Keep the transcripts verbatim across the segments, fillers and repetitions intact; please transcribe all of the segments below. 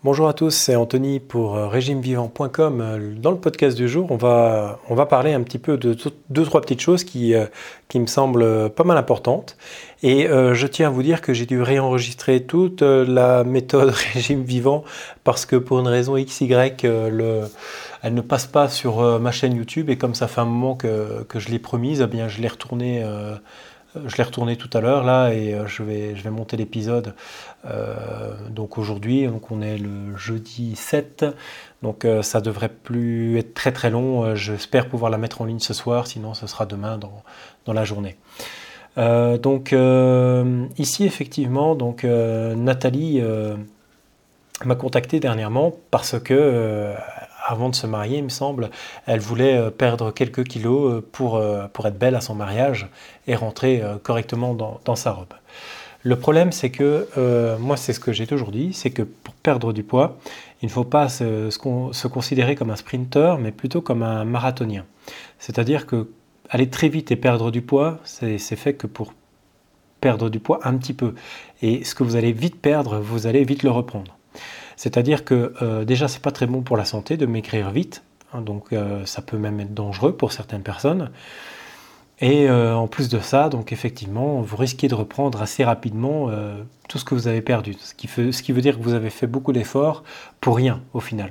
Bonjour à tous, c'est Anthony pour régime vivant point com. Dans le podcast du jour, on va, on va parler un petit peu de deux, trois petites choses qui, euh, qui me semblent pas mal importantes. Et euh, je tiens à vous dire que j'ai dû réenregistrer toute la méthode régime vivant parce que pour une raison X Y, euh, le, elle ne passe pas sur euh, ma chaîne YouTube. Et comme ça fait un moment que, que je l'ai promise, eh bien, je l'ai retourné. Euh, Je l'ai retourné tout à l'heure là et euh, je vais, je vais monter l'épisode euh, donc aujourd'hui, donc on est le jeudi sept, donc euh, ça devrait plus être très très long. Euh, j'espère pouvoir la mettre en ligne ce soir, sinon ce sera demain dans, dans la journée. Euh, donc euh, ici effectivement, donc euh, Nathalie euh, m'a contacté dernièrement parce que euh, avant de se marier, il me semble, elle voulait perdre quelques kilos pour, pour être belle à son mariage et rentrer correctement dans, dans sa robe. Le problème, c'est que, euh, moi c'est ce que j'ai toujours dit, c'est que pour perdre du poids, il ne faut pas se, se, se considérer comme un sprinter, mais plutôt comme un marathonien. C'est-à-dire que aller très vite et perdre du poids, c'est, c'est fait que pour perdre du poids un petit peu. Et ce que vous allez vite perdre, vous allez vite le reprendre. C'est-à-dire que euh, déjà, c'est pas très bon pour la santé de maigrir vite, hein, donc euh, ça peut même être dangereux pour certaines personnes. Et euh, en plus de ça, donc effectivement, vous risquez de reprendre assez rapidement euh, tout ce que vous avez perdu, ce qui, fait, ce qui veut dire que vous avez fait beaucoup d'efforts pour rien au final.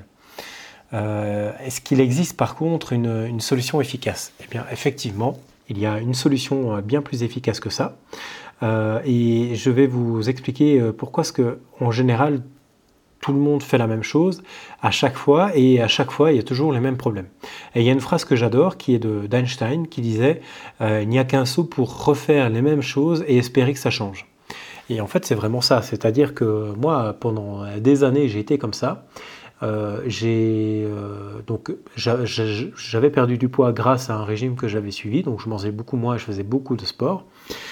Euh, est-ce qu'il existe par contre une, une solution efficace ? Eh bien, effectivement, il y a une solution bien plus efficace que ça. Euh, et je vais vous expliquer pourquoi est-ce que, en général, tout le monde fait la même chose à chaque fois et à chaque fois il y a toujours les mêmes problèmes. Et il y a une phrase que j'adore qui est de, d'Einstein qui disait euh, « Il n'y a qu'un sou pour refaire les mêmes choses et espérer que ça change ». Et en fait c'est vraiment ça, c'est-à-dire que moi pendant des années j'ai été comme ça. Euh, j'ai, euh, donc, j'a, j'a, j'avais perdu du poids grâce à un régime que j'avais suivi, donc je mangeais beaucoup moins et je faisais beaucoup de sport.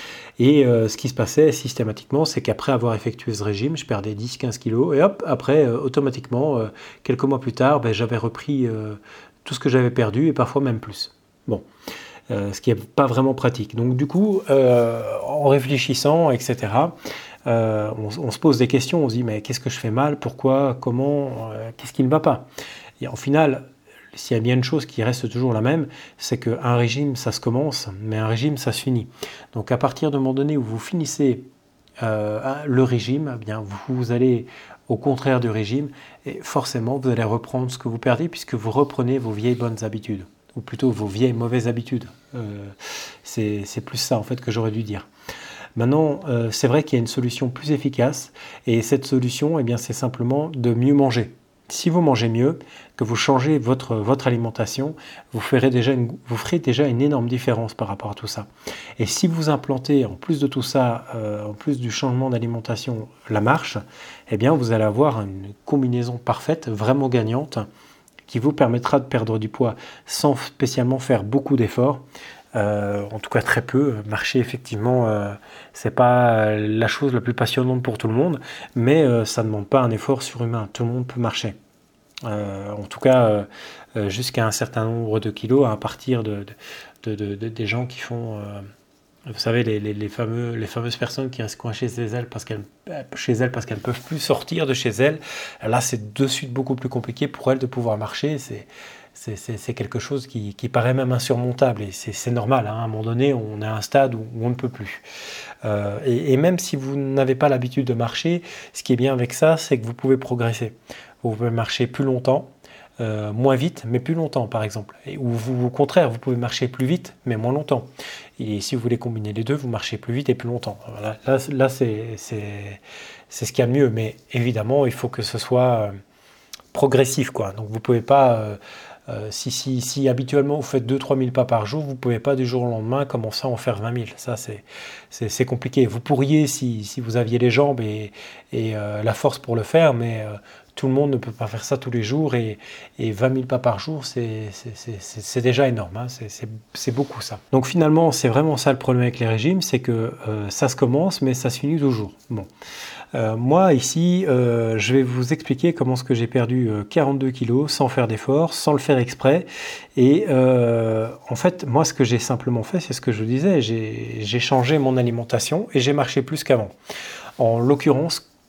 Et euh, ce qui se passait systématiquement, c'est qu'après avoir effectué ce régime, je perdais dix à quinze kilos. Et hop, après, euh, automatiquement, euh, quelques mois plus tard, ben, j'avais repris euh, tout ce que j'avais perdu et parfois même plus. Bon, euh, ce qui n'est pas vraiment pratique. Donc du coup, euh, en réfléchissant, et cetera, euh, on, on se pose des questions. On se dit, mais qu'est-ce que je fais mal ? Pourquoi ? Comment ? euh, Qu'est-ce qui ne va pas ? Et au final, s'il y a bien une chose qui reste toujours la même, c'est qu'un régime, ça se commence, mais un régime, ça se finit. Donc à partir du moment donné où vous finissez euh, le régime, eh bien, vous allez au contraire du régime, et forcément, vous allez reprendre ce que vous perdez, puisque vous reprenez vos vieilles bonnes habitudes, ou plutôt vos vieilles mauvaises habitudes. Euh, c'est, c'est plus ça, en fait, que j'aurais dû dire. Maintenant, euh, c'est vrai qu'il y a une solution plus efficace, et cette solution, eh bien, c'est simplement de mieux manger. Si vous mangez mieux, que vous changez votre, votre alimentation, vous ferez, déjà une, vous ferez déjà une énorme différence par rapport à tout ça. Et si vous implantez, en plus de tout ça, euh, en plus du changement d'alimentation, la marche, eh bien vous allez avoir une combinaison parfaite, vraiment gagnante, qui vous permettra de perdre du poids sans spécialement faire beaucoup d'efforts. Euh, en tout cas très peu. Marcher effectivement euh, c'est pas la chose la plus passionnante pour tout le monde, mais euh, ça ne demande pas un effort surhumain, tout le monde peut marcher, euh, en tout cas euh, jusqu'à un certain nombre de kilos à partir de, de, de, de des gens qui font euh, vous savez les, les, les, fameux, les fameuses personnes qui restent coincées chez elles parce qu'elles chez elles parce qu'elles ne peuvent plus sortir de chez elles. Là c'est de suite beaucoup plus compliqué pour elles de pouvoir marcher. C'est C'est, c'est, c'est quelque chose qui, qui paraît même insurmontable et c'est, c'est normal, hein, à un moment donné on est à un stade où, où on ne peut plus euh, et, et même si vous n'avez pas l'habitude de marcher, ce qui est bien avec ça, c'est que vous pouvez progresser, vous pouvez marcher plus longtemps, euh, moins vite mais plus longtemps par exemple, et, ou vous, au contraire vous pouvez marcher plus vite mais moins longtemps, et si vous voulez combiner les deux, vous marchez plus vite et plus longtemps. Voilà, là, là c'est, c'est, c'est ce qu'il y a de mieux, mais évidemment il faut que ce soit euh, progressif quoi. Donc vous pouvez pas euh, Euh, si, si, si habituellement vous faites deux à trois mille pas par jour, vous ne pouvez pas du jour au lendemain commencer à en faire vingt mille. Ça, c'est, c'est, c'est compliqué. Vous pourriez si, si vous aviez les jambes et, et euh, la force pour le faire, mais euh, tout le monde ne peut pas faire ça tous les jours. Et, et vingt mille pas par jour, c'est, c'est, c'est, c'est, c'est déjà énorme. Hein. C'est, c'est, c'est beaucoup ça. Donc finalement, c'est vraiment ça le problème avec les régimes, c'est que euh, ça se commence, mais ça se finit toujours. Bon. Euh, moi ici, euh, je vais vous expliquer comment est-ce que j'ai perdu euh, quarante-deux kilos sans faire d'efforts, sans le faire exprès. Et euh, en fait, moi ce que j'ai simplement fait, c'est ce que je vous disais, j'ai, j'ai changé mon alimentation et j'ai marché plus qu'avant. En l'occurrence,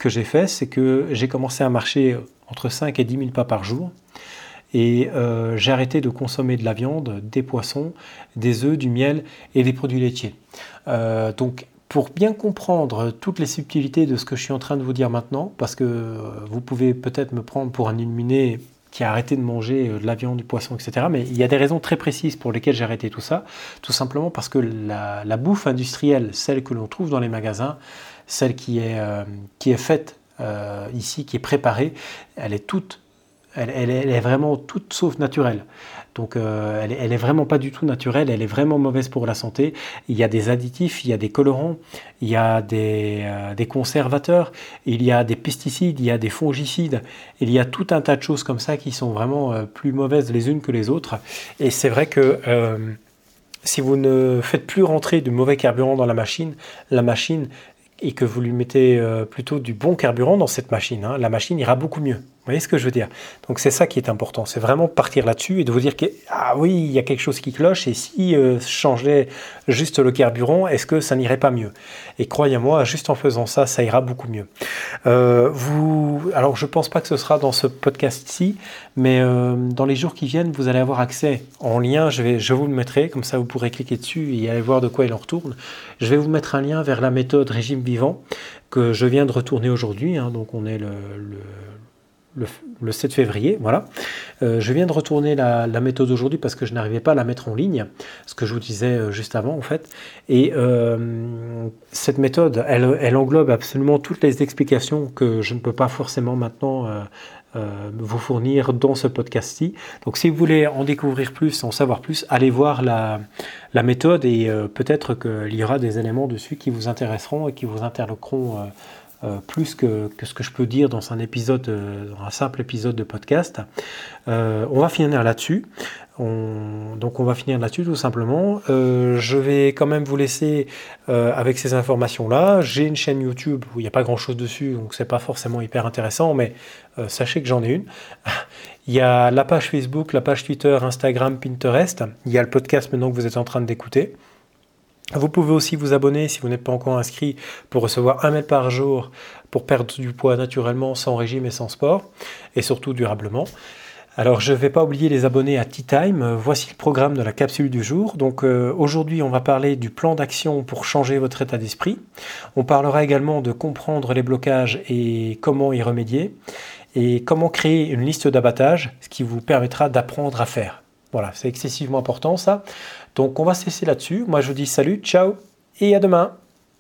que j'ai fait, c'est que j'ai commencé à marcher entre cinq et dix mille pas par jour. Et euh, j'ai arrêté de consommer de la viande, des poissons, des œufs, du miel et des produits laitiers. Euh, donc, pour bien comprendre toutes les subtilités de ce que je suis en train de vous dire maintenant, parce que vous pouvez peut-être me prendre pour un illuminé qui a arrêté de manger de la viande, du poisson, et cetera. Mais il y a des raisons très précises pour lesquelles j'ai arrêté tout ça. Tout simplement parce que la, la bouffe industrielle, celle que l'on trouve dans les magasins, celle qui est, euh, qui est faite euh, ici, qui est préparée, elle est toute Elle, elle, elle est vraiment toute sauf naturelle. Donc euh, elle, elle est vraiment pas du tout naturelle, elle est vraiment mauvaise pour la santé. Il y a des additifs, il y a des colorants, il y a des, euh, des conservateurs, il y a des pesticides, il y a des fongicides, il y a tout un tas de choses comme ça qui sont vraiment euh, plus mauvaises les unes que les autres. Et c'est vrai que euh, si vous ne faites plus rentrer de mauvais carburant dans la machine, la machine et que vous lui mettez euh, plutôt du bon carburant dans cette machine, hein, la machine ira beaucoup mieux. Vous voyez ce que je veux dire? Donc c'est ça qui est important, c'est vraiment partir là-dessus et de vous dire que ah oui, il y a quelque chose qui cloche et si euh, je changeais juste le carburant, est-ce que ça n'irait pas mieux? Et croyez-moi, juste en faisant ça, ça ira beaucoup mieux. Euh, vous, alors je pense pas que ce sera dans ce podcast-ci, mais euh, dans les jours qui viennent, vous allez avoir accès en lien. Je vais, je vous le mettrai, comme ça vous pourrez cliquer dessus et aller voir de quoi il en retourne. Je vais vous mettre un lien vers la méthode régime vivant que je viens de retourner aujourd'hui. Hein, donc on est le, le Le, le sept février, voilà. Euh, je viens de retourner la, la méthode aujourd'hui parce que je n'arrivais pas à la mettre en ligne, ce que je vous disais juste avant en fait. Et euh, cette méthode, elle, elle englobe absolument toutes les explications que je ne peux pas forcément maintenant euh, euh, vous fournir dans ce podcast-ci. Donc si vous voulez en découvrir plus, en savoir plus, allez voir la, la méthode et euh, peut-être qu'il y aura des éléments dessus qui vous intéresseront et qui vous interloqueront euh, Euh, plus que, que ce que je peux dire dans un épisode, euh, dans un simple épisode de podcast. Euh, on va finir là-dessus. On, donc on va finir là-dessus tout simplement. Euh, je vais quand même vous laisser euh, avec ces informations-là. J'ai une chaîne YouTube où il n'y a pas grand-chose dessus, donc c'est pas forcément hyper intéressant, mais euh, sachez que j'en ai une. Il y a la page Facebook, la page Twitter, Instagram, Pinterest. Il y a le podcast maintenant que vous êtes en train d'écouter. Vous pouvez aussi vous abonner si vous n'êtes pas encore inscrit pour recevoir un mail par jour pour perdre du poids naturellement, sans régime et sans sport, et surtout durablement. Alors je ne vais pas oublier les abonnés à Tea Time. Voici le programme de la capsule du jour. Donc euh, aujourd'hui on va parler du plan d'action pour changer votre état d'esprit. On parlera également de comprendre les blocages et comment y remédier, et comment créer une liste d'abattage, ce qui vous permettra d'apprendre à faire. Voilà, c'est excessivement important ça. Donc on va se laisser là-dessus. Moi je vous dis salut, ciao et à demain.